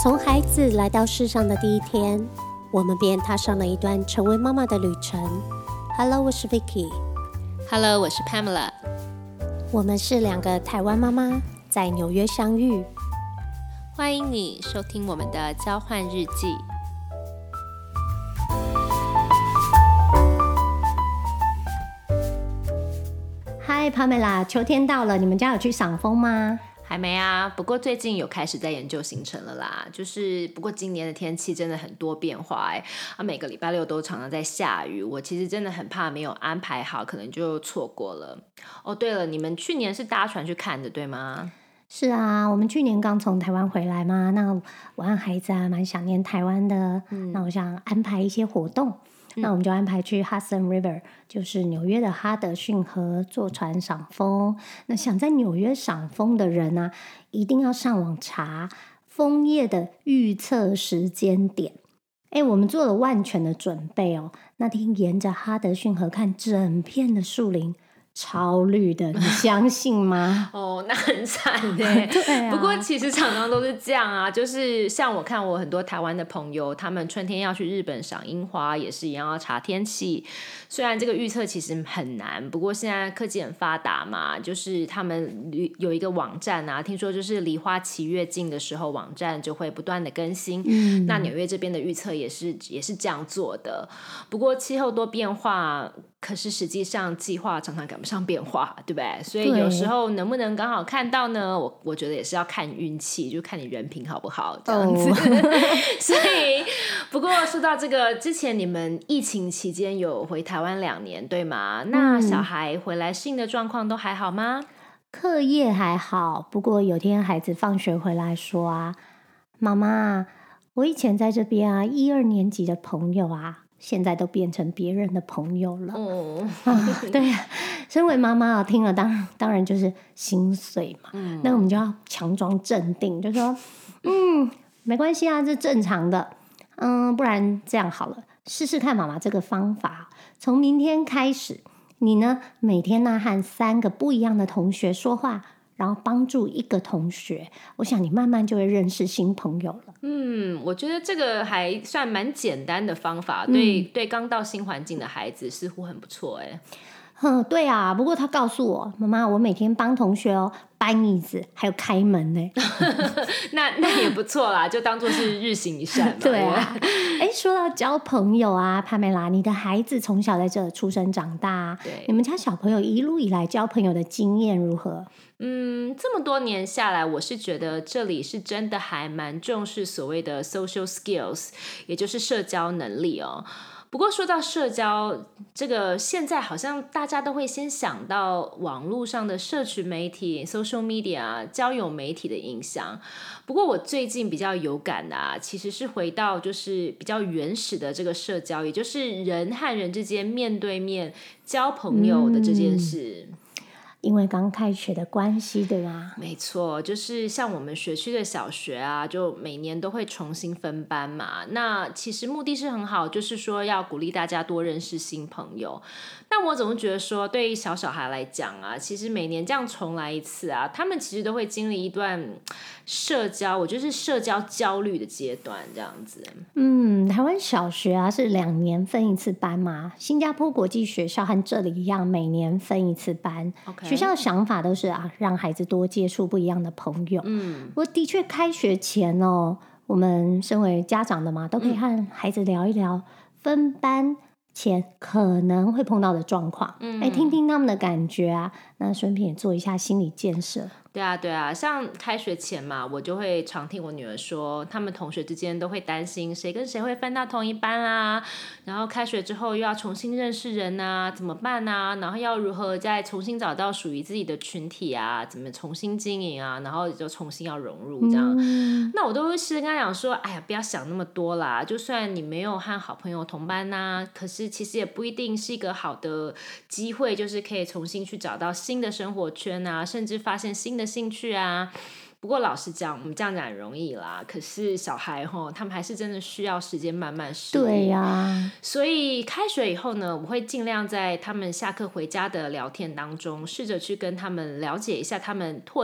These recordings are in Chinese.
从孩子来到世上的第一天，我们便踏上了一段成为妈妈的旅程。Hello， 我是 Vicky。Hello， 我是 Pamela。 我们是两个台湾妈妈，在纽约相遇。 欢迎你收听我们的交换日记。 嗨 Pamela， 秋天到了，你们家有去赏枫吗？ 还没啊，不过最近有开始在研究行程了啦。不过今年的天气真的很多变化每个礼拜六都常常在下雨。我其实真的很怕没有安排好，可能就错过了。哦，对了，你们去年是搭船去看的，对吗？ 是啊，我们去年刚从台湾回来嘛，那我和孩子蛮想念台湾的，那我想安排一些活动。那我们就安排去 Hudson River， 就是纽约的哈德逊河坐船赏枫。那想在纽约赏枫的人一定要上网查枫叶的预测时间点。我们做了万全的准备哦。那天沿着哈德逊河看整片的树林，超绿的，你相信吗？ 哦，那很惨对不过其实常常都是这样啊，就是像我看我很多台湾的朋友，他们春天要去日本赏樱花，也是一样要查天气。虽然这个预测其实很难，不过现在科技很发达嘛，就是他们有一个网站听说就是梨花期越近的时候，网站就会不断的更新。那纽约这边的预测也是这样做的。不过气候多变化，可是实际上计划常常赶不上变化，对不对？所以有时候能不能刚好看到呢？我觉得也是要看运气，就看你人品好不好这样子。所以不过说到这个，之前你们疫情期间有回台湾2年对吗？那小孩回来适应的状况都还好吗？ 课业还好，不过有天孩子放学回来说妈妈，我以前在这边1、2年级的朋友现在都变成别人的朋友了。对啊，身为妈妈听了当然就是心碎嘛。那我们就要强装镇定，就说没关系这正常的。不然这样好了，试试看妈妈这个方法。从明天开始，你呢每天和3个不一样的同学说话，然后帮助1个同学，我想你慢慢就会认识新朋友了。 我觉得这个还算蛮简单的方法，对刚到新环境的孩子似乎很不错对啊，不过他告诉我，妈妈，我每天帮同学搬椅子，还有开门呢。 那也不错啦，就当作是日行一善嘛。 对啊，说到交朋友帕梅拉，你的孩子从小在这出生长大，你们家小朋友一路以来交朋友的经验如何？ 这么多年下来，我是觉得这里是真的还蛮重视所谓的 social skills， 也就是社交能力不过说到社交，这个现在好像大家都会先想到网络上的社群媒体 social media 交友媒体的影响。不过我最近比较有感的其实是回到就是比较原始的这个社交，也就是人和人之间面对面交朋友的这件事。 因为刚开学的关系，对吧？ 没错，就是像我们学区的小学就每年都会重新分班嘛。那其实目的是很好，就是说要鼓励大家多认识新朋友。但我总是觉得说，对于小孩来讲其实每年这样重来一次他们其实都会经历一段社交，我就是社交焦虑的阶段这样子。 台湾小学是2年分1次班嘛，新加坡国际学校和这里一样，每年分1次班。学校的想法都是让孩子多接触不一样的朋友。我的确开学前我们身为家长的嘛，都可以和孩子聊一聊分班前可能会碰到的状况，听听他们的感觉那顺便也做一下心理建设。 对啊，像开学前嘛，我就会常听我女儿说，他们同学之间都会担心谁跟谁会分到同一班然后开学之后又要重新认识人怎么办然后要如何再重新找到属于自己的群体怎么重新经营然后就重新要融入这样。那我都会试着跟他讲说，哎呀，不要想那么多啦，就算你没有和好朋友同班可是其实也不一定是一个好的机会，就是可以重新去找到新的生活圈甚至发现新的兴趣不过老实讲，我们这样讲很容易啦，可是小孩他们还是真的需要时间慢慢适应。 对呀， 所以开学以后呢，我会尽量在他们下课回家的聊天当中，试着去跟他们了解一下他们拓展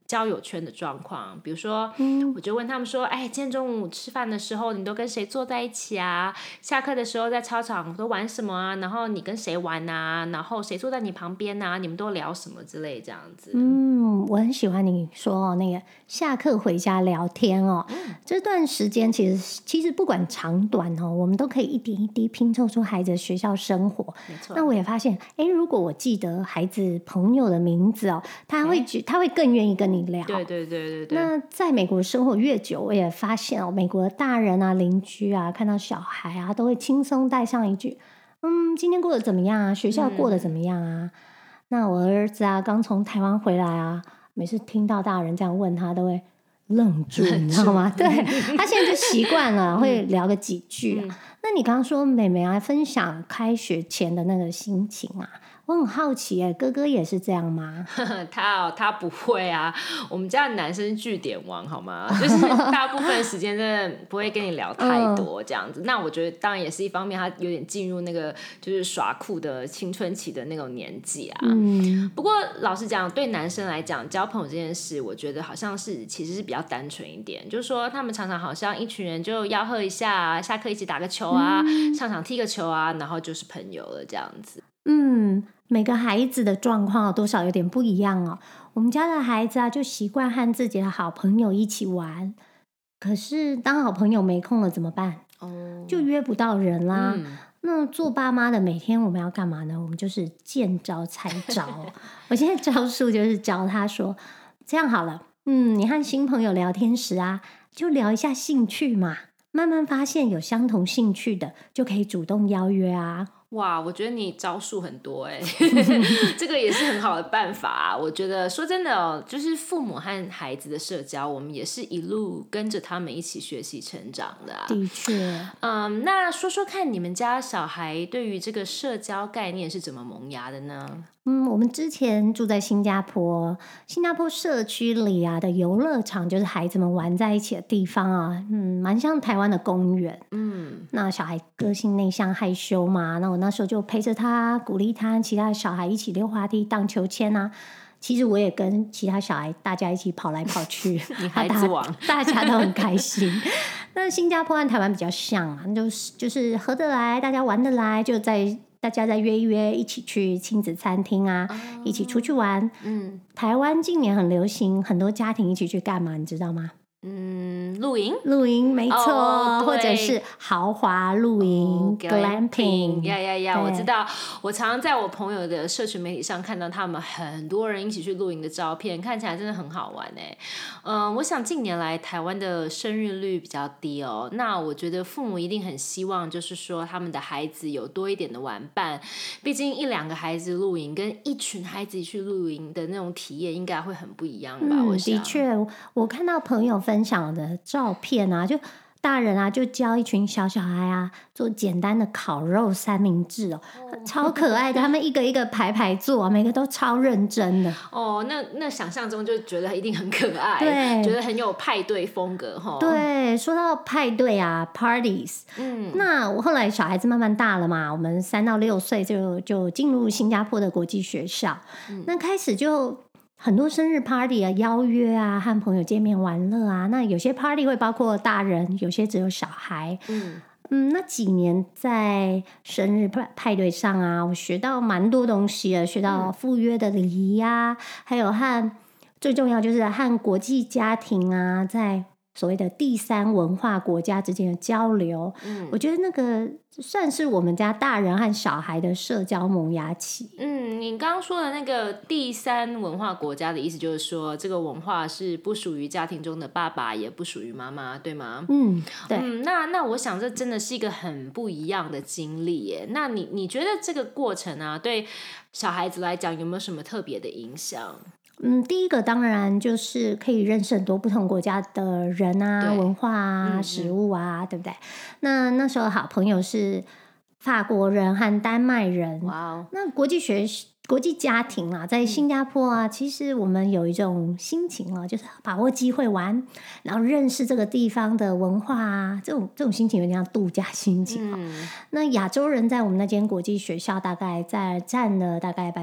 交友圈的状况，比如说，我就问他们说，哎，今天中午吃饭的时候，你都跟谁坐在一起啊？下课的时候在操场都玩什么啊？然后你跟谁玩啊？然后谁坐在你旁边啊？你们都聊什么之类这样子。 我很喜欢你说那个下课回家聊天哦。这段时间其实不管长短哦，我们都可以一点一滴拼凑出孩子的学校生活。 没错。 那我也发现，如果我记得孩子朋友的名字哦，他会更愿意跟你聊。 对。 那在美国生活越久，我也发现哦，美国的大人啊、邻居啊，看到小孩啊，都会轻松带上一句：“今天过得怎么样啊？学校过得怎么样啊？”那我儿子啊，刚从台湾回来啊，每次听到大人这样问他，都会愣住，你知道吗？对，他现在就习惯了，会聊个几句啊。那你刚刚说妹妹啊，分享开学前的那个心情啊，我很好奇耶，哥哥也是这样吗？ 他不会啊，我们家的男生据点王好吗？就是大部分时间真的不会跟你聊太多这样子。那我觉得当然也是一方面，他有点进入那个就是耍酷的青春期的那种年纪啊。不过老实讲，对男生来讲，交朋友这件事，我觉得好像其实是比较单纯一点，就是说他们常常好像一群人就吆喝一下，下课一起打个球啊，上场踢个球啊，然后就是朋友了这样子。 每个孩子的状况多少有点不一样哦。我们家的孩子啊，就习惯和自己的好朋友一起玩。可是当好朋友没空了怎么办？就约不到人啦。那做爸妈的每天我们要干嘛呢？我们就是见招拆招。我现在招数就是教他说，这样好了，你和新朋友聊天时啊，就聊一下兴趣嘛。慢慢发现有相同兴趣的，就可以主动邀约啊。 哇，我觉得你招数很多这个也是很好的办法啊。我觉得说真的哦，就是父母和孩子的社交，我们也是一路跟着他们一起学习成长的啊。 的确。 那说说看，你们家小孩对于这个社交概念是怎么萌芽的呢？ 我们之前住在新加坡社区里啊的游乐场，就是孩子们玩在一起的地方啊，蛮像台湾的公园。那小孩个性内向害羞嘛，那我那时候就陪着他，鼓励他，其他的小孩一起溜滑梯、荡秋千啊。其实我也跟其他小孩大家一起跑来跑去， 你孩子王， 大家都很开心。那新加坡和台湾比较像啊，就是合得来，大家玩得来，就大家再约一约，一起去亲子餐厅啊，一起出去玩。台湾近年很流行，很多家庭一起去干嘛？你知道吗？ 露营， 没错，或者是豪华露营，glamping。 我知道，我常常在我朋友的社群媒体上看到他们很多人一起去露营的照片，看起来真的很好玩我想近年来台湾的生育率比较低哦，那我觉得父母一定很希望，就是说他们的孩子有多一点的玩伴，毕竟1-2个孩子露营跟一群孩子去露营的那种体验应该会很不一样吧？我想的确，我看到朋友分享的照片啊，就大人啊，就教一群小孩啊做简单的烤肉三明治超可爱的，他们一个一个排坐，每个都超认真的。 那想象中就觉得一定很可爱， 对， 觉得很有派对风格对，说到派对啊 ，parties，那我后来小孩子慢慢大了嘛，我们3到6岁就进入新加坡的国际学校，那开始就很多生日 party 啊，邀约啊，和朋友见面玩乐啊。那有些 party 会包括大人，有些只有小孩。那几年在生日派对上啊，我学到蛮多东西的，学到赴约的礼仪啊，还有最重要就是和国际家庭啊，在所谓的第3文化国家之间的交流。我觉得那个算是我们家大人和小孩的社交萌芽期。 你刚刚说的那个第3文化国家的意思就是说，这个文化是不属于家庭中的爸爸，也不属于妈妈，对吗？ 对。 那我想这真的是一个很不一样的经历耶。那你觉得这个过程啊，对小孩子来讲有没有什么特别的影响？ 第一个当然就是可以认识很多不同国家的人啊、文化啊、食物啊，对不对？那时候好朋友是法国人和丹麦人。 哇哦！ 那国际学国际家庭啊，在新加坡啊，其实我们有一种心情啊，就是把握机会玩，然后认识这个地方的文化啊，这种心情有点像度假心情啊。那亚洲人在我们那间国际学校大概占了大概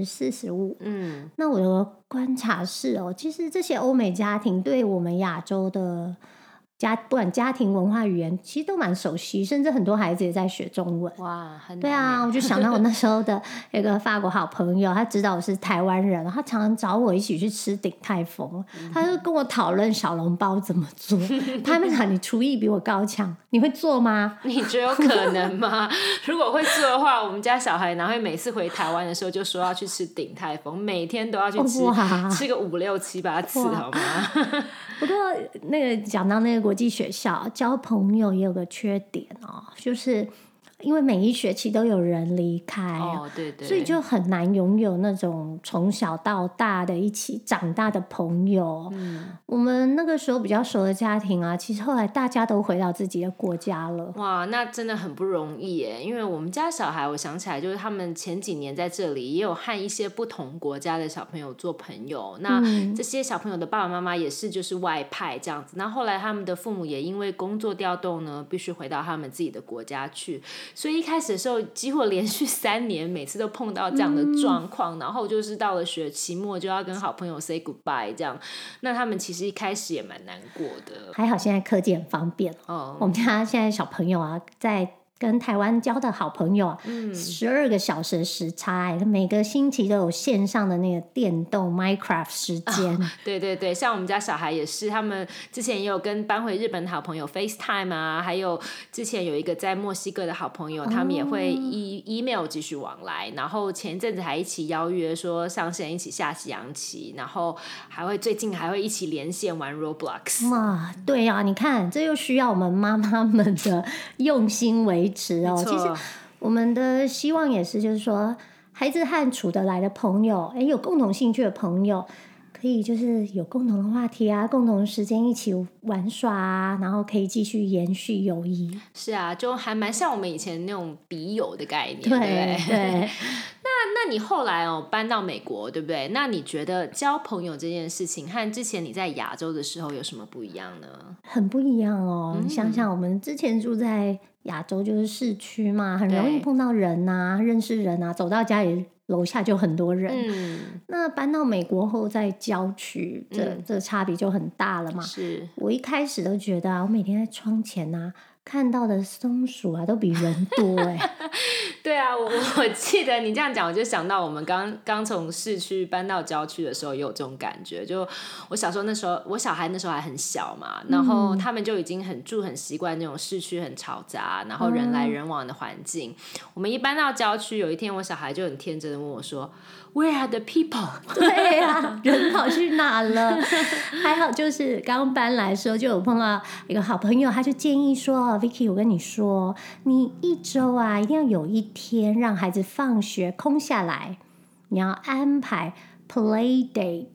45%。那我的观察是哦，其实这些欧美家庭对我们亚洲的不管家庭文化语言其实都蛮熟悉，甚至很多孩子也在学中文。 哇，很难对啊，我就想到我那时候的一个法国好朋友，他知道我是台湾人，他常常找我一起去吃鼎泰丰，他就跟我讨论小笼包怎么做。他们讲你厨艺比我高强，你会做吗？ 你觉得有可能吗？如果会做的话，我们家小孩哪会每次回台湾的时候就说要去吃鼎泰丰，每天都要去吃，吃个5、6、7、8次好吗？ 不过那个讲到那个国际学校交朋友也有个缺点哦，就是因为每一学期都有人离开， 对对， 所以就很难拥有那种从小到大的一起长大的朋友。我们那个时候比较熟的家庭啊，其实后来大家都回到自己的国家了。 哇，那真的很不容易耶！因为我们家小孩，我想起来就是他们前几年在这里也有和一些不同国家的小朋友做朋友。那这些小朋友的爸爸妈妈也是就是外派这样子。那后来他们的父母也因为工作调动呢，必须回到他们自己的国家去。所以一开始的时候，几乎连续3年，每次都碰到这样的状况。然后就是到了学期末，就要跟好朋友 say goodbye 这样。那他们其实一开始也蛮难过的。 还好现在科技很方便我们家现在小朋友啊，在跟台湾交的好朋友12个小时的时差，每个星期都有线上的那个电动 Minecraft 时间。 对对对，像我们家小孩也是，他们之前也有跟搬回日本的好朋友 FaceTime 啊，还有之前有一个在墨西哥的好朋友，他们也会email 继续往来，然后前一阵子还一起邀约说上线一起下西洋棋，然后最近还会一起连线玩 Roblox。 哇，对啊，你看这又需要我们妈妈们的用心维持哦。其实我们的希望也是，就是说孩子和处得来的朋友，有共同兴趣的朋友，可以就是有共同的话题啊，共同的时间一起玩耍啊，然后可以继续延续友谊。 是啊，就还蛮像我们以前那种笔友的概念， 对对。那你后来搬到美国，对不对？那你觉得交朋友这件事情和之前你在亚洲的时候有什么不一样呢？ 很不一样哦。你想想，我们之前住在亚洲就是市区嘛，很容易碰到人啊，认识人啊，走到家里楼下就很多人。那搬到美国后在郊区，这差别就很大了嘛。 是我一开始都觉得我每天在窗前啊看到的松鼠啊都比人多对啊，我记得你这样讲，我就想到我们刚从市区搬到郊区的时候也有这种感觉。就我小时候那时候，我小孩那时候还很小嘛，然后他们就已经很习惯那种市区很嘈杂，然后人来人往的环境。我们一搬到郊区，有一天我小孩就很天真的问我说 Where are the people？ 对啊，人跑去哪了？还好就是刚搬来的时候就有碰到一个好朋友，他就建议说 Vicky 我跟你说，你一周啊一定要有一天让孩子放学空下来，你要安排 play date。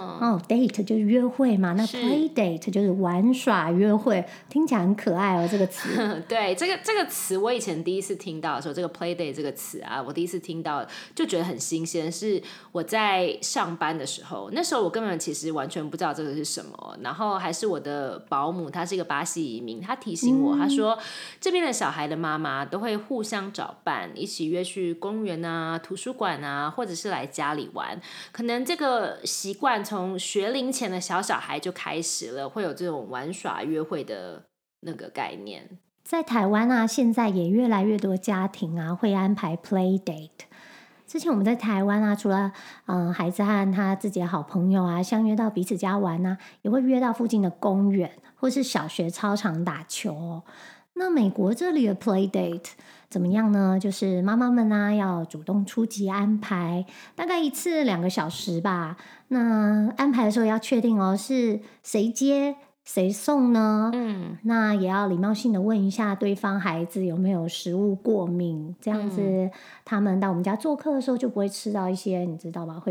date 就是约会嘛，那 play date 就是玩耍约会，听起来很可爱这个词对，这个词我以前第一次听到的时候，这个 play date 这个词啊，我第一次听到就觉得很新鲜，是我在上班的时候，那时候我根本其实完全不知道这个是什么，然后还是我的保姆，她是一个巴西移民，她提醒我，她说这边的小孩的妈妈都会互相找伴，一起约去公园啊、图书馆啊，或者是来家里玩，可能这个习惯从学龄前的小孩就开始了，会有这种玩耍约会的那个概念。 在台湾啊，现在也越来越多家庭啊会安排 play date。之前我们在台湾啊，除了孩子和他自己的好朋友啊相约到彼此家玩啊，也会约到附近的公园或是小学操场打球那美国这里的 play date 怎么样呢？就是妈妈们啊要主动出击安排，大概1次2个小时吧。那安排的时候要确定是谁接谁送呢？那也要礼貌性的问一下对方孩子有没有食物过敏，这样子他们到我们家做客的时候就不会吃到一些你知道吧，会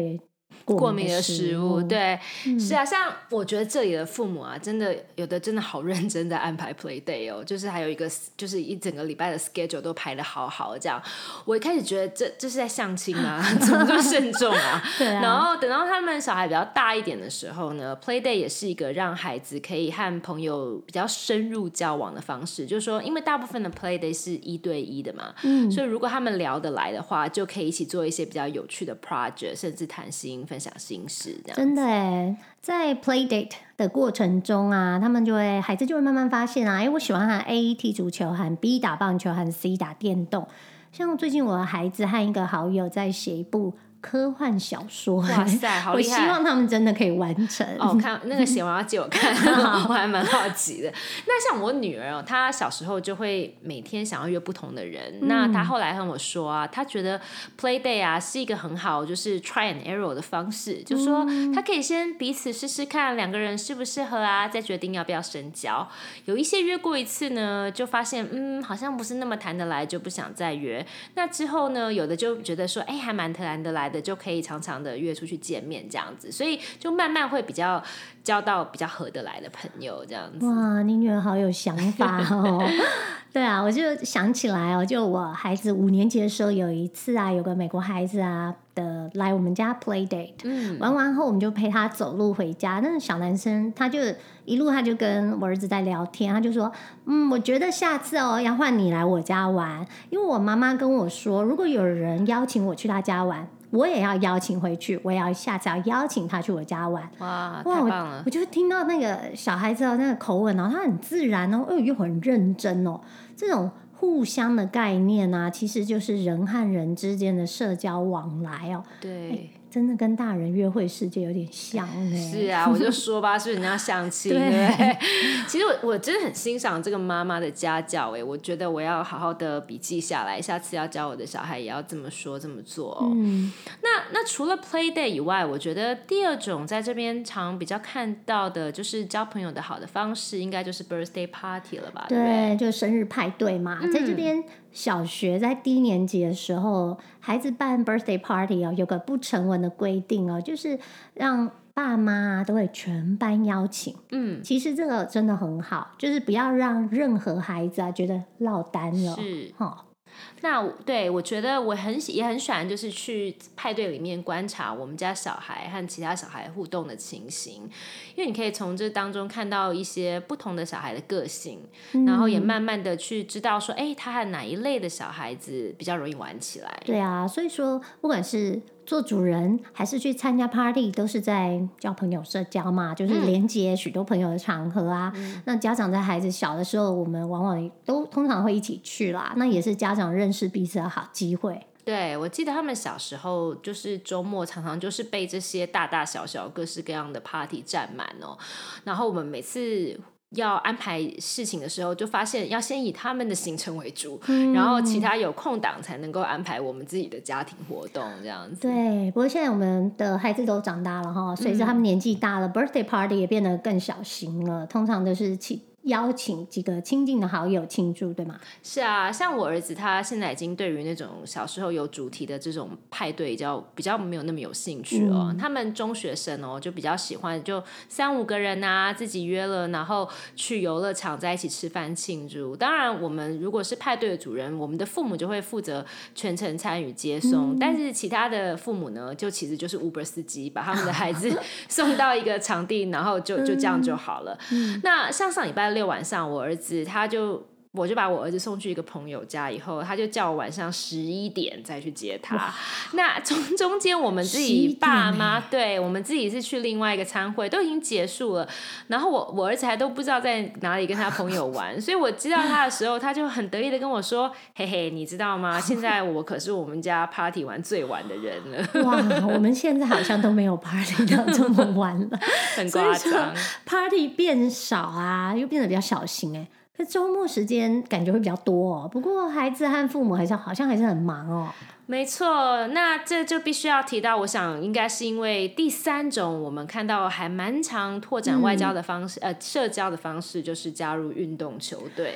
过敏的食物，对，是啊， 嗯像我觉得这里的父母啊，真的有的真的好认真在安排 play day 哦，就是还有一个就是一整个礼拜的 schedule 都排得好好这样。我一开始觉得这是在相亲吗？怎么这么慎重啊？ 对啊， 然后等到他们小孩比较大一点的时候呢 ，play day 也是一个让孩子可以和朋友比较深入交往的方式。就是说，因为大部分的 play day 是1对1的嘛，所以如果他们聊得来的话，就可以一起做一些比较有趣的 project， 甚至谈心、分享心事这样。 真的耶，在 play date 的过程中啊，孩子就会慢慢发现啊，我喜欢和 A 踢足球，和 B 打棒球，和 C 打电动。像最近我的孩子和一个好友在写一部科幻小说， 哇塞，好厉害！ 我希望他们真的可以完成。 看那个写完要借我看，我还蛮好奇的。那像我女儿她小时候就会每天想要约不同的人。那她后来和我说啊，她觉得 play day 啊是一个很好就是 try and error 的方式，就是说她可以先彼此试试看两个人适不适合啊，再决定要不要深交。有一些约过一次呢，就发现好像不是那么谈得来，就不想再约。那之后呢，有的就觉得说还蛮谈得来的，就可以常常的约出去见面这样子，所以就慢慢会比较交到比较合得来的朋友这样子。 哇，你女儿好有想法哦！对啊，我就想起来哦，就我孩子5年级的时候，有一次啊，有个美国孩子啊来我们家 play date，玩完后我们就陪他走路回家。那个小男生他就跟我儿子在聊天，他就说，我觉得下次哦要换你来我家玩，因为我妈妈跟我说，如果有人邀请我去他家玩，我也要邀请回去，我也要下次要邀请他去我家玩。 哇，太棒了！ 我就听到那个小孩子的那个口吻，然后他很自然哦，又很认真哦，这种互相的概念啊，其实就是人和人之间的社交往来哦。 对。 真的跟大人约会世界有点像呢。 是啊，我就说吧，是人家相亲，对不对？其实我真的很欣赏这个妈妈的家教，我觉得我要好好的笔记下来，下次要教我的小孩也要这么说这么做哦。那除了 play day 以外，我觉得第二种在这边常比较看到的就是交朋友的好的方式，应该就是 birthday party 了吧？对不对？ 就生日派对嘛，在这边小学在低年级的时候，孩子办 birthday party 哦，有个不成文的规定哦，就是让爸妈都会全班邀请。其实这个真的很好，就是不要让任何孩子觉得落单了。 是那对我觉得也很喜欢，就是去派对里面观察我们家小孩和其他小孩互动的情形，因为你可以从这当中看到一些不同的小孩的个性，然后也慢慢的去知道说，他和哪一类的小孩子比较容易玩起来。 对啊，所以说不管是做主人还是去参加 party， 都是在交朋友社交嘛，就是连接许多朋友的场合啊。那家长在孩子小的时候，我们往往都通常会一起去啦，那也是家长认识彼此的好机会。 对，我记得他们小时候就是周末常常就是被这些大大小小各式各样的 party 占满哦，然后我们每次要安排事情的时候，就发现要先以他们的行程为主，然后其他有空档才能够安排我们自己的家庭活动这样子。 对，不过现在我们的孩子都长大了哈，随着他们年纪大了，birthday party 也变得更小型了，通常都是邀请几个亲近的好友庆祝，对吗？ 是啊，像我儿子他现在已经对于那种小时候有主题的这种派对比较没有那么有兴趣哦。他们中学生哦就比较喜欢就3-5个人啊，自己约了，然后去游乐场在一起吃饭庆祝。当然我们如果是派对的主人，我们的父母就会负责全程参与接送，但是其他的父母呢，就其实就是 Uber 司机，把他们的孩子送到一个场地，然后就这样就好了。那像上礼拜6晚上，我儿子我就把我儿子送去一个朋友家以后，他就叫我晚上11点再去接他。那中间我们自己爸妈，对，我们自己是去另外一个餐会，都已经结束了。然后我儿子还都不知道在哪里跟他朋友玩，所以我知道他的时候，他就很得意的跟我说：“嘿嘿，你知道吗？现在我可是我们家 party 玩最晚的人了。” 哇，我们现在好像都没有 party 到这么晚了， 很夸张。 party 变少啊，又变得比较小型周末时间感觉会比较多哦，不过孩子和父母好像还是很忙哦。 没错，那这就必须要提到，我想应该是因为第3种我们看到还蛮常拓展外交的方式，社交的方式就是加入运动球队。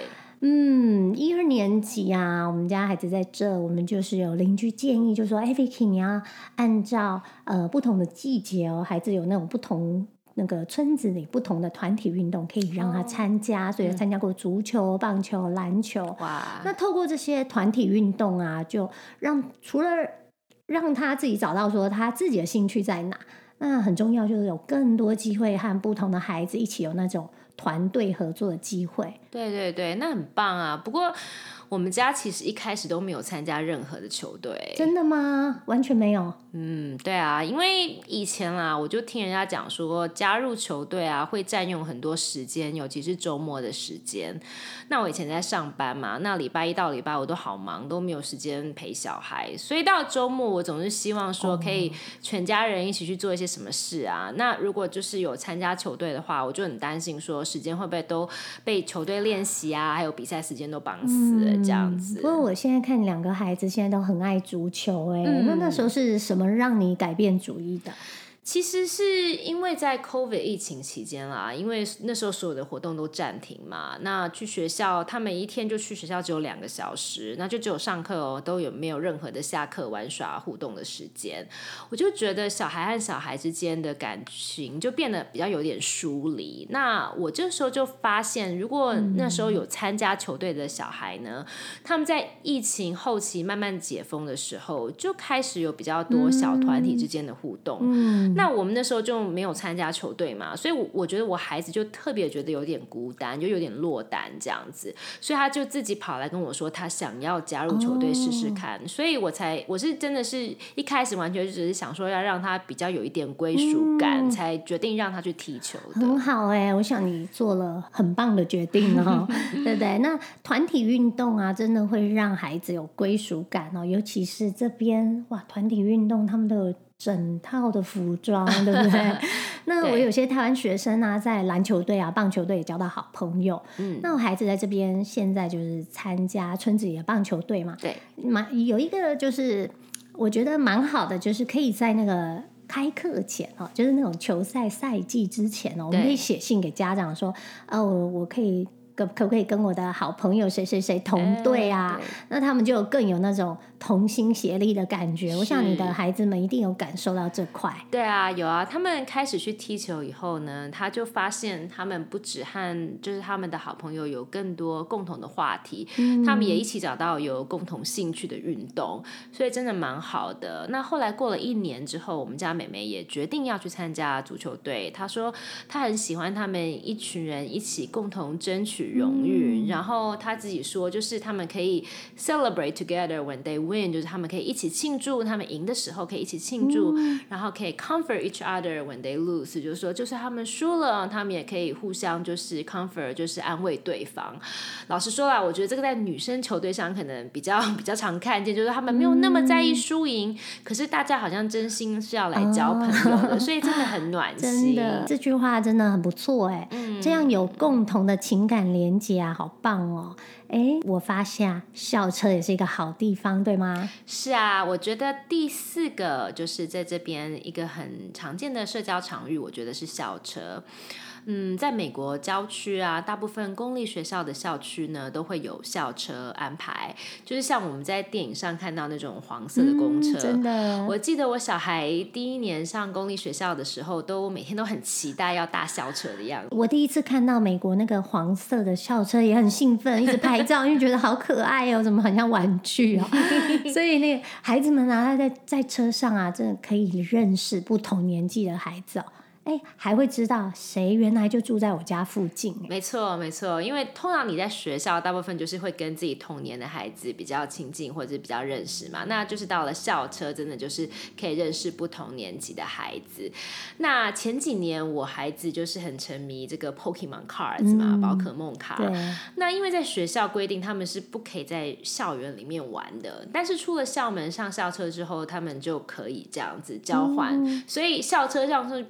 1、2年级啊，我们家孩子在这，我们就是有邻居建议，就说Vicky 你要按照不同的季节哦，孩子有那种不同那个村子里不同的团体运动可以让他参加，所以参加过足球、棒球、篮球。 哇， 那透过这些团体运动啊，就除了让他自己找到说他自己的兴趣在哪，那很重要就是有更多机会和不同的孩子一起有那种团队合作的机会。 对对对，那很棒啊。不过我们家其实一开始都没有参加任何的球队。 真的吗？完全没有？ 对啊，因为以前啦，我就听人家讲说，加入球队啊会占用很多时间，尤其是周末的时间。那我以前在上班嘛，那礼拜一到礼拜五都好忙，都没有时间陪小孩，所以到周末我总是希望说可以全家人一起去做一些什么事啊。那如果就是有参加球队的话，我就很担心说时间会不会都被球队练习啊，还有比赛时间都绑死了这样子。 不过我现在看2个孩子现在都很爱足球那时候是什么让你改变主意的？ 其实是因为在 COVID 疫情期间啦，因为那时候所有的活动都暂停嘛，那去学校他们一天就去学校只有2个小时，那就只有上课哦，都没有任何的下课玩耍互动的时间。我就觉得小孩和小孩之间的感情就变得比较有点疏离。那我这时候就发现，如果那时候有参加球队的小孩呢，他们在疫情后期慢慢解封的时候，就开始有比较多小团体之间的互动。那我们那时候就没有参加球队嘛，所以我觉得我孩子就特别觉得有点孤单，就有点落单这样子，所以他就自己跑来跟我说他想要加入球队试试看。所以我是真的是一开始完全就只是想说要让他比较有一点归属感，才决定让他去踢球的。 很好我想你做了很棒的决定对不对？那团体运动啊，真的会让孩子有归属感尤其是这边团体运动他们都有整套的服装对不对？那我有些台湾学生啊，在篮球队啊、棒球队也交到好朋友。那我孩子在这边现在就是参加村子里的棒球队嘛。 对， 有一个就是我觉得蛮好的，就是可以在那个开课前就是那种球赛赛季之前我们可以写信给家长说，我可不可以跟我的好朋友谁谁谁同队啊？那他们就更有那种同心协力的感觉。我想你的孩子们一定有感受到这块。 对啊，有啊，他们开始去踢球以后呢，他就发现他们不止和就是他们的好朋友有更多共同的话题，他们也一起找到有共同兴趣的运动，所以真的蛮好的。那后来过了1年之后，我们家妹妹也决定要去参加足球队。她说她很喜欢他们一群人一起共同争取荣誉，然后她自己说就是他们可以 celebrate together when they win， 就是他们可以一起庆祝，他们赢的时候可以一起庆祝，然后可以 comfort each other when they lose， 就是说就是他们输了，他们也可以互相就是 comfort， 就是安慰对方。老实说啦，我觉得这个在女生球队上可能比较常看见，就是他们没有那么在意输赢，可是大家好像真心是要来交朋友的，所以真的很暖心。 真的，这句话真的很不错这样有共同的情感连结啊，好棒我发现校车也是一个好地方，对吗？ 是啊，我觉得第4个就是在这边一个很常见的社交场域，我觉得是校车。在美国郊区啊，大部分公立学校的校区呢都会有校车安排，就是像我们在电影上看到那种黄色的公车。 真的， 我记得我小孩第1年上公立学校的时候，都每天都很期待要搭校车的样子。 我第一次看到美国那个黄色的校车也很兴奋，一直拍照，因为觉得好可爱怎么很像玩具所以那个孩子们啊，他在车上啊，真的可以认识不同年纪的孩子还会知道谁原来就住在我家附近。 没错没错，因为通常你在学校大部分就是会跟自己同年的孩子比较亲近或者比较认识嘛，那就是到了校车真的就是可以认识不同年级的孩子。那前几年我孩子就是很沉迷这个 Pokemon Cards 嘛，宝可梦卡。那因为在学校规定他们是不可以在校园里面玩的，但是出了校门上校车之后他们就可以这样子交换，所以校车上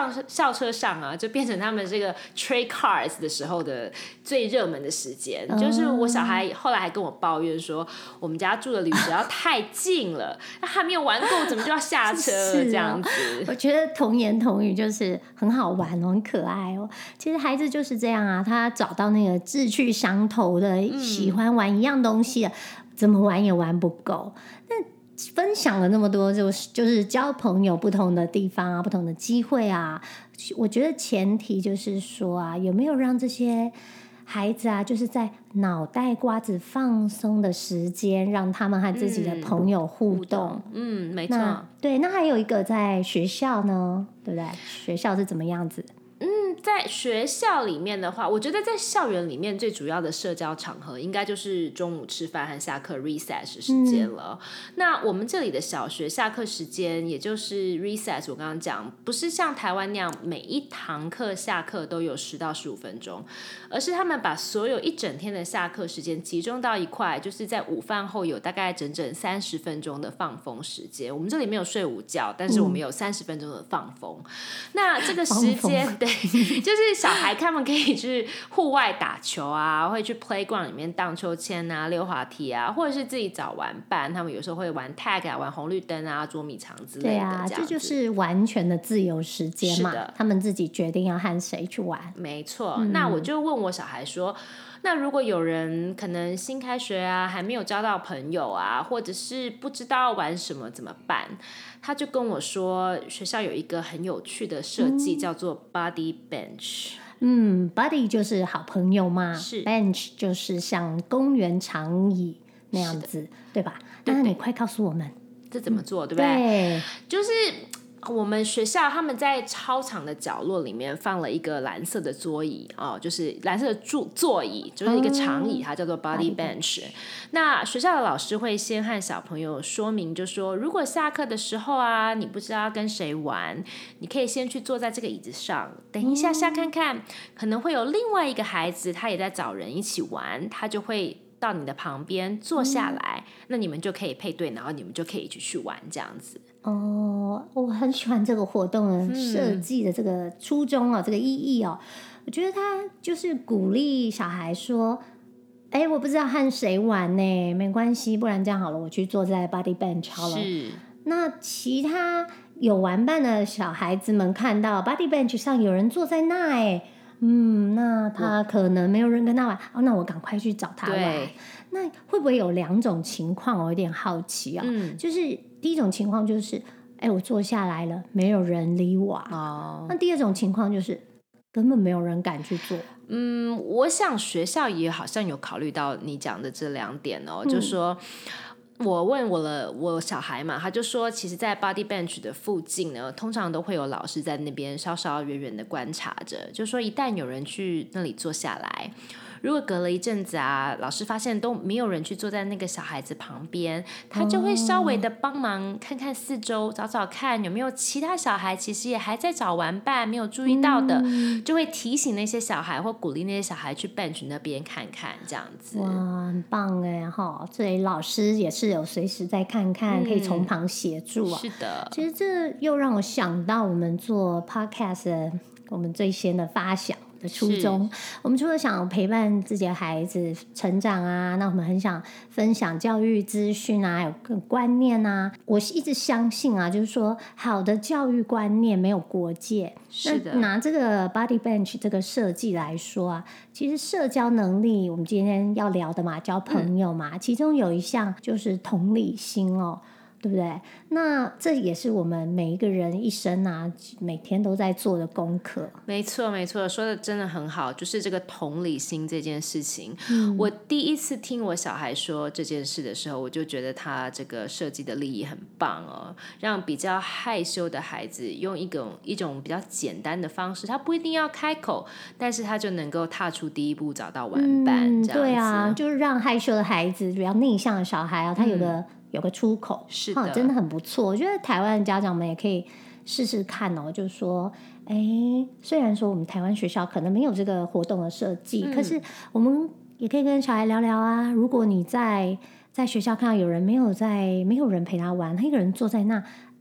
校车上啊，就变成他们这个 trade cars 的时候的最热门的时间。就是我小孩后来还跟我抱怨说，我们家住的旅舍要太近了，他还没有玩够，怎么就要下车这样子？ 我觉得童言童语就是很好玩哦，很可爱哦。其实孩子就是这样啊，他找到那个志趣相投的，喜欢玩一样东西的，怎么玩也玩不够。那分享了那么多，就是交朋友不同的地方啊，不同的机会啊。我觉得前提就是说啊，有没有让这些孩子啊，就是在脑袋瓜子放松的时间，让他们和自己的朋友互动。 没错。 对，那还有一个在学校呢，对不对？学校是怎么样子？ 在学校里面的话，我觉得在校园里面最主要的社交场合应该就是中午吃饭和下课 recess 时间了。那我们这里的小学下课时间也就是 recess， 我刚刚讲不是像台湾那样每一堂课下课都有10到15分钟，而是他们把所有一整天的下课时间集中到一块，就是在午饭后有大概整整30分钟的放风时间。我们这里没有睡午觉，但是我们有30分钟的放风。那这个时间对，就是小孩他们可以去户外打球啊，会去 playground 里面荡秋千啊、溜滑梯啊，或者是自己找玩伴，他们有时候会玩 tag 啊、玩红绿灯啊、捉迷藏之类的。 对啊，这就是完全的自由时间嘛，他们自己决定要和谁去玩。 没错，那我就问我小孩说，那如果有人可能新开学啊，还没有交到朋友啊，或者是不知道玩什么怎么办？他就跟我说，学校有一个很有趣的设计，叫做 Buddy Bench。Buddy 就是好朋友嘛， 是 Bench 就是像公园长椅那样子，对吧？那你快告诉我们这怎么做，对不对？ 对， 就是我们学校他们在操场的角落里面放了一个蓝色的桌椅就是蓝色的座椅，就是一个长椅，它叫做 Buddy Bench。那学校的老师会先和小朋友说明，就说如果下课的时候啊，你不知道跟谁玩，你可以先去坐在这个椅子上，等一下下看看，可能会有另外一个孩子他也在找人一起玩，他就会到你的旁边坐下来，那你们就可以配对，然后你们就可以一起去玩这样子。 我很喜欢这个活动的设计的这个初衷这个意义我觉得它就是鼓励小孩说，我不知道和谁玩呢，没关系，不然这样好了，我去坐在 Buddy Bench 好了。 是， 那其他有玩伴的小孩子们看到 Buddy Bench 上有人坐在那那他可能没有人跟他玩那我赶快去找他玩。那会不会有2种情况？我有点好奇就是第一种情况就是我坐下来了，没有人理我那第二种情况就是根本没有人敢去做。 我想学校也好像有考虑到你讲的这2点就说我问我小孩嘛，他就说其实在 Buddy Bench 的附近呢，通常都会有老师在那边稍稍远远的观察着，就说一旦有人去那里坐下来，如果隔了一阵子老师发现都没有人去坐在那个小孩子旁边，他就会稍微的帮忙看看四周，找找看有没有其他小孩其实也还在找玩伴没有注意到的，就会提醒那些小孩或鼓励那些小孩去 bench 那边看看这样子。 哇，很棒所以老师也是有随时在看看，可以从旁协助是的， 其实这又让我想到我们做 podcast 的我们最先的发想的初衷。我们除了想陪伴自己的孩子成长那我们很想分享教育资讯有个观念我一直相信就是说好的教育观念没有国界。 是的， 那拿这个 Buddy Bench 这个设计来说其实社交能力我们今天要聊的嘛，交朋友嘛，其中有一项就是同理心对不对？那这也是我们每一个人一生每天都在做的功课。 没错没错，说的真的很好，就是这个同理心这件事情我第一次听我小孩说这件事的时候，我就觉得他这个设计的立意很棒让比较害羞的孩子用一种比较简单的方式，他不一定要开口，但是他就能够踏出第一步找到玩伴这样子。 对就是让害羞的孩子比较内向的小孩他有个出口， 是的， 真的很不错。我觉得台湾的家长们也可以试试看就是说虽然说我们台湾学校可能没有这个活动的设计可是我们也可以跟小孩聊聊如果你在学校看到有人没有人陪他玩，他一个人坐在那可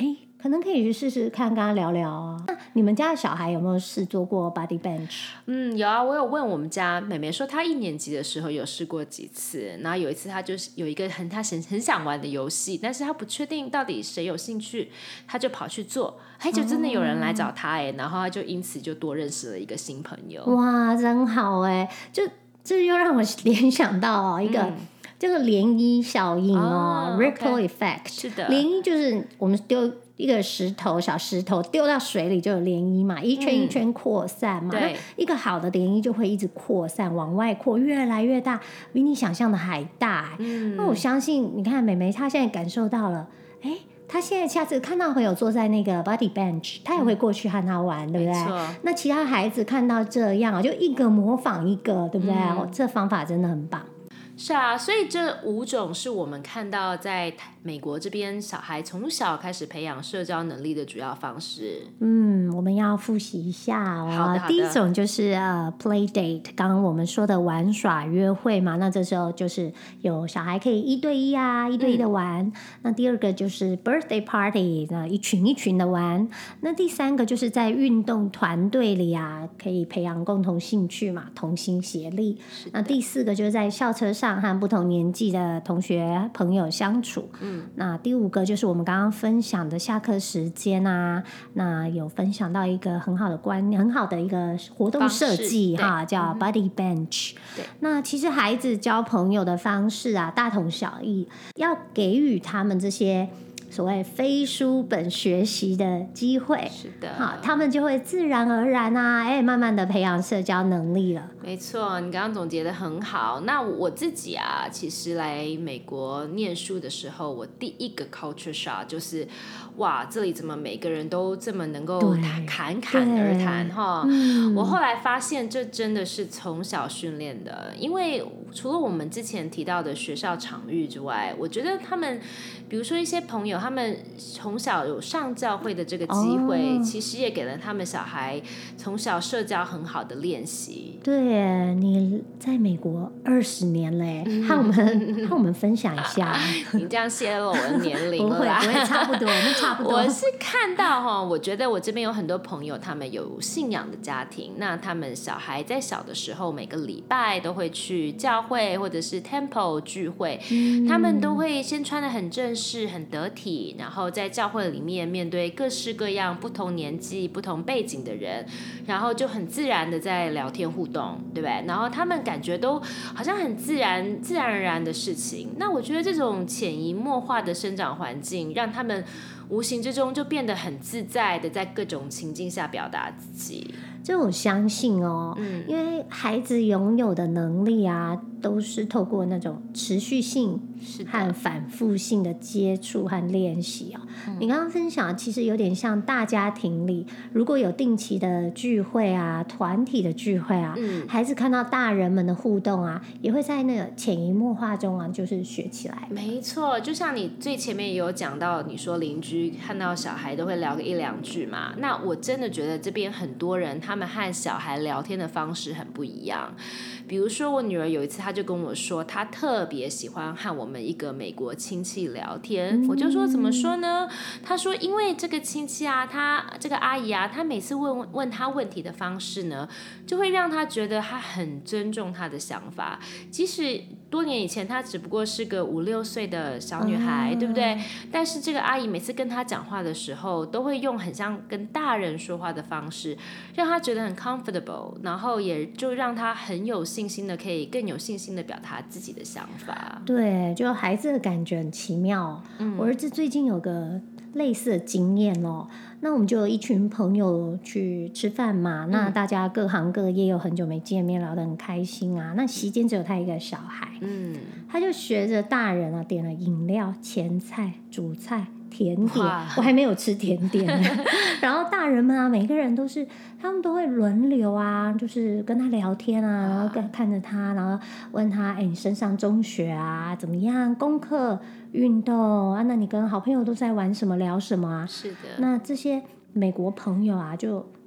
可能可以去试试看，跟他聊聊啊。那你们家的小孩有没有试做过 body bench？ 有啊，我有问我们家妹妹说，她1年级的时候有试过几次，然后有一次她就是有一个她很想玩的游戏，但是她不确定到底谁有兴趣，她就跑去做，就真的有人来找她然后她就因此就多认识了一个新朋友。 哇，真好这又让我联想到一个。这个涟漪效应ripple effect。 是的， 涟漪就是我们丢一个小石头丢到水里就有涟漪嘛，一圈一圈扩散嘛。 对， 一个好的涟漪就会一直扩散往外扩，越来越大，比你想象的还大。那我相信你看美眉她现在感受到了，他现在下次看到朋友坐在那个 body bench， 他也会过去和他玩，对不对？那其他孩子看到这样，就一个模仿一个，对不对？这方法真的很棒。 是啊，所以这5种是我们看到在美国这边小孩从小开始培养社交能力的主要方式。 我们要复习一下好的。 第一种就是play date， 刚刚我们说的玩耍约会嘛，那这时候就是有小孩可以1对1啊，1对1的玩。那第二个就是 birthday party， 那一群一群的玩。那第三个就是在运动团队里啊，可以培养共同兴趣嘛，同心协力。那第4个就是在校车上和不同年纪的同学朋友相处。那第5个就是我们刚刚分享的下课时间啊，那有分享到一个很好的观念，很好的一个活动设计叫 body bench。那其实孩子交朋友的方式啊，大同小异，要给予他们这些所谓非书本学习的机会， 是的， 他们就会自然而然慢慢的培养社交能力了。 没错，你刚刚总结得很好。那我自己啊，其实来美国念书的时候，我第一个 culture shock 就是哇，这里怎么每个人都这么能够侃侃而谈哈？我后来发现这真的是从小训练的，因为除了我们之前提到的学校场域之外，我觉得他们比如说一些朋友，他们从小有上教会的这个机会，其实也给了他们小孩从小社交很好的练习。 对，你在美国20年嘞，和我们分享一下。 你这样泄露我的年龄了啦。 不会，差不多，那差不多。 我是看到我觉得我这边有很多朋友，他们有信仰的家庭，那他们小孩在小的时候，每个礼拜都会去教会或者是 temple 聚会，他们都会先穿得很正式、很得体，然后在教会里面面对各式各样不同年纪、不同背景的人，然后就很自然的在聊天互动，对不对？然后他们感觉都好像很自然而然的事情。那我觉得这种潜移默化的生长环境，让他们无形之中就变得很自在的在各种情境下表达自己。 这我相信因为孩子拥有的能力啊，都是透过那种持续性和反复性的接触和练习你刚刚分享其实有点像大家庭里，如果有定期的聚会啊，团体的聚会啊，孩子看到大人们的互动啊，也会在那个潜移默化中啊，就是学起来。 没错，就像你最前面也有讲到，你说邻居看到小孩都会聊个1-2句嘛，那我真的觉得这边很多人他们和小孩聊天的方式很不一样。比如说我女儿有一次她就跟我说，她特别喜欢和我们一个美国亲戚聊天，我就说怎么说呢？她说因为这个亲戚啊，她这个阿姨啊，她每次问她问题的方式呢，就会让她觉得她很尊重她的想法，即使多年以前她只不过是个5-6岁的小女孩，对不对？但是这个阿姨每次跟她讲话的时候，都会用很像跟大人说话的方式，让她觉得很 comfortable， 然后也就让她很有信心的，可以更有信心的表达自己的想法。 对，就孩子的感觉很奇妙我儿子最近有个类似的经验那我们就有一群朋友去吃饭嘛，那大家各行各业有很久没见面，聊得很开心啊。那席间只有他一个小孩他就学着大人啊，点了饮料、前菜、主菜、甜点，我还没有吃甜点然后大人们啊，每个人都是他们都会轮流啊，就是跟他聊天啊，然后看着他，然后问他你升上中学啊怎么样，功课、运动啊，那你跟好朋友都在玩什么，聊什么啊？ 是的。 那这些美国朋友啊，就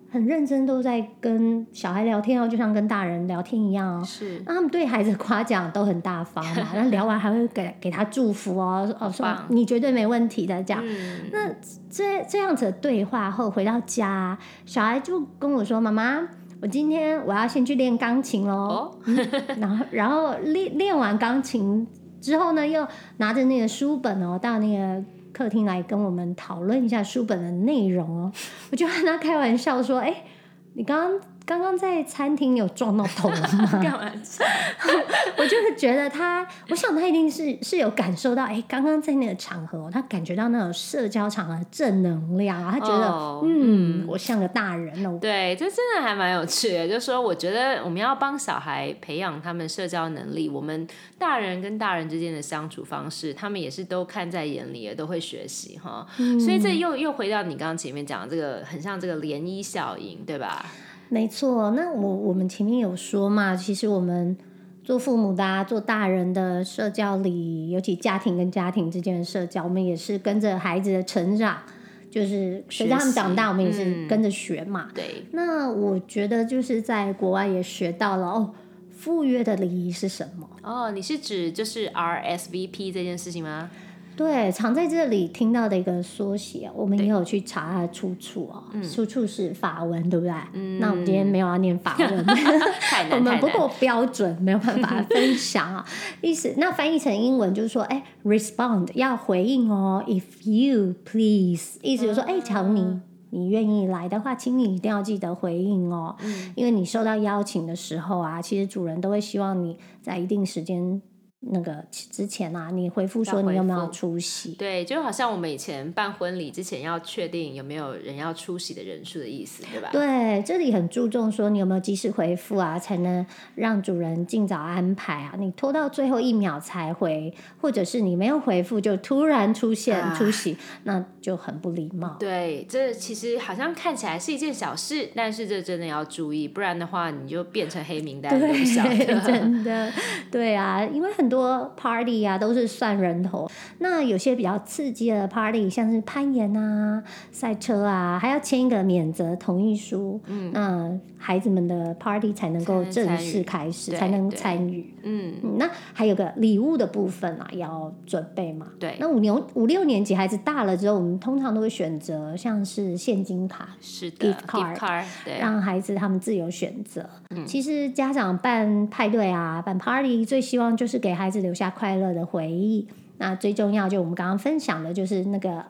很认真都在跟小孩聊天哦，就像跟大人聊天一样哦。 是， 那他们对孩子夸奖都很大方嘛，那聊完还会给他祝福哦，说你绝对没问题的这样。那这样子的对话后回到家，小孩就跟我说：“妈妈，我今天我要先去练钢琴咯。然后练完钢琴之后呢，又拿着那个书本哦，到那个客厅来跟我们讨论一下书本的内容哦。我就跟他开玩笑说：“你刚刚在餐厅有撞到头吗？” 干嘛这样？ 我就是觉得我想他一定是有感受到，刚刚在那个场合，他感觉到那种社交场合的正能量啊，他觉得我像个大人哦。 对，这真的还蛮有趣的。就是说，我觉得我们要帮小孩培养他们社交能力，我们大人跟大人之间的相处方式，他们也是都看在眼里，也都会学习哈。所以这又回到你刚刚前面讲的这个，很像这个涟漪效应，对吧？ 没错，那我们前面有说嘛，其实我们做父母的做大人的社交里，尤其家庭跟家庭之间的社交，我们也是跟着孩子的成长，就是随着他们长大，我们也是跟着学嘛。 对。 那我觉得就是在国外也学到了赴约的礼仪是什么。 你是指就是 RSVP 这件事情吗？ 对，常在这里听到的一个缩写，我们也有去查它的出处出处是法文，对不对？那我们今天没有要念法文， 太难， 我们不够标准，没有办法分享意思那翻译成英文就是说，respond 要回应哦 ，if you please， 意思就是说，假如你愿意来的话，请你一定要记得回应哦，因为你收到邀请的时候其实主人都会希望你在一定时间那个之前你回复说你有没有出席。 对，就好像我们以前办婚礼之前要确定有没有人要出席的人数的意思，对吧？ 对，这里很注重说你有没有及时回复才能让主人尽早安排你拖到最后一秒才回，或者是你没有回复就突然出现出席，那就很不礼貌。 对，这其实好像看起来是一件小事，但是这真的要注意，不然的话你就变成黑名单了。 对，真的，对因为很多 party 都是算人头，那有些比较刺激的 party， 像是攀岩赛车还要签一个免责同意书，那孩子们的 party 才能够正式开始，才能参与。那还有个礼物的部分要准备嘛。 对， 那5、6年级孩子大了之后，我们通常都会选择像是现金卡， 是的 gift card， 对， 让孩子他们自由选择。其实家长办派对办 party 最希望就是给孩子留下快乐的回忆。那最重要就我们刚刚分享的就是那个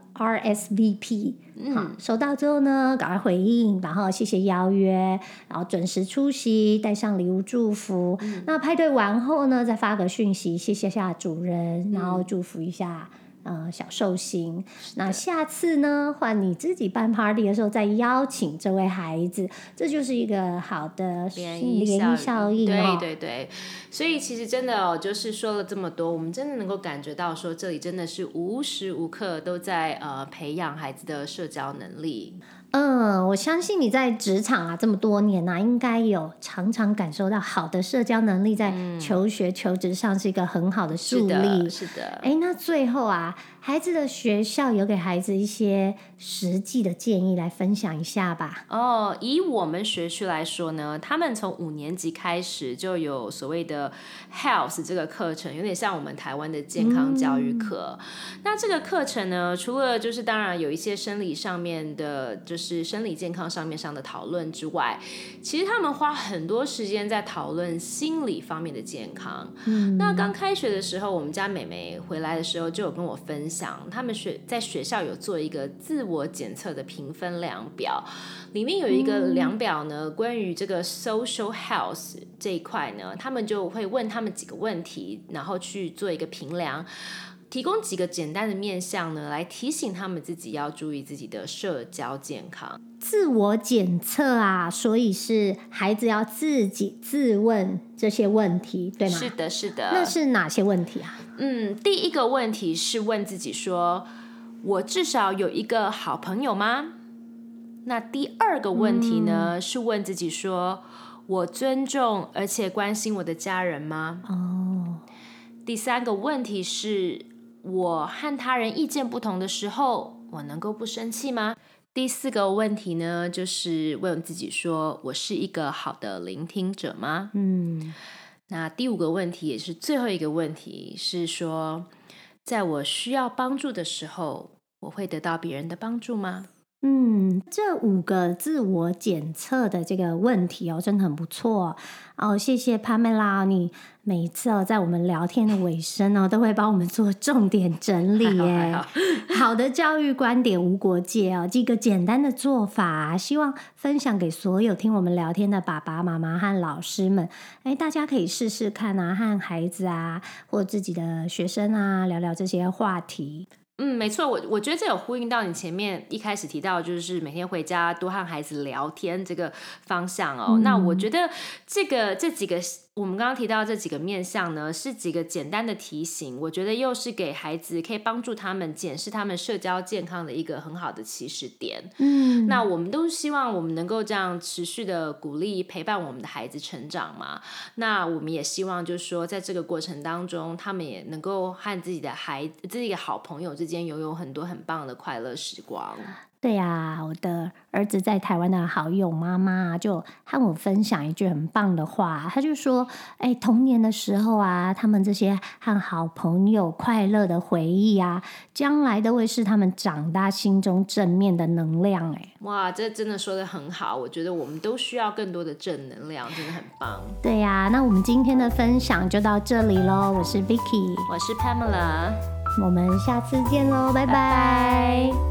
RSVP，收到之后呢赶快回应，然后谢谢邀约，然后准时出席，带上礼物祝福。那派对完后呢再发个讯息谢谢下主人，然后祝福一下小寿星。那下次呢换你自己办 party 的时候再邀请这位孩子，这就是一个好的涟漪效应。 对对对，所以其实真的就是说了这么多，我们真的能够感觉到说这里真的是无时无刻都在培养孩子的社交能力。 我相信你在职场这么多年应该有常常感受到好的社交能力在求学求职上是一个很好的助力。 是的。 那最后孩子的学校有给孩子一些实际的建议来分享一下吧。 以我们学区来说呢，他们从5年级开始就有所谓的 health 这个课程，有点像我们台湾的健康教育课。那这个课程呢，除了就是当然有一些生理上面的，就是生理健康上面的讨论之外，其实他们花很多时间在讨论心理方面的健康。那刚开学的时候，我们家妹妹回来的时候就有跟我分享，他们在学校有做一个自我检测的评分量表，里面有一个量表呢，关于这个 social health 这一块呢，他们就会问他们几个问题，然后去做一个评量，提供几个简单的面向呢，来提醒他们自己要注意自己的社交健康。 自我检测所以是孩子要自己自问这些问题，对吗？ 是的，是的。 那是哪些问题第一个问题是问自己说，我至少有一个好朋友吗？那第二个问题呢，是问自己说，我尊重而且关心我的家人吗？第三个问题是，我和他人意见不同的时候，我能够不生气吗？ 第4个问题呢，就是问自己说，我是一个好的聆听者吗？那第5个问题也是最后一个问题是说，在我需要帮助的时候，我会得到别人的帮助吗？ 这5个自我检测的这个问题真的很不错谢谢 Pamela， 你每一次在我们聊天的尾声都会帮我们做重点整理耶。好的教育观点无国界几个简单的做法希望分享给所有听我们聊天的爸爸妈妈和老师们，大家可以试试看和孩子或自己的学生聊聊这些话题。 没错，我觉得这有呼应到你前面一开始提到，就是每天回家多和孩子聊天这个方向那我觉得这几个我们刚刚提到这几个面向呢，是几个简单的提醒，我觉得又是给孩子可以帮助他们检视他们社交健康的一个很好的起始点。那我们都希望我们能够这样持续的鼓励陪伴我们的孩子成长嘛。那我们也希望就是说，在这个过程当中，他们也能够和自己的好朋友之间拥有很多很棒的快乐时光。 对呀，我的儿子在台湾的好友妈妈就和我分享一句很棒的话，他就说童年的时候他们这些和好朋友快乐的回忆将来都会是他们长大心中正面的能量哇，这真的说得很好，我觉得我们都需要更多的正能量，真的很棒。 对呀，那我们今天的分享就到这里咯，我是 Vicky， 我是 Pamela， 我们下次见咯，拜拜。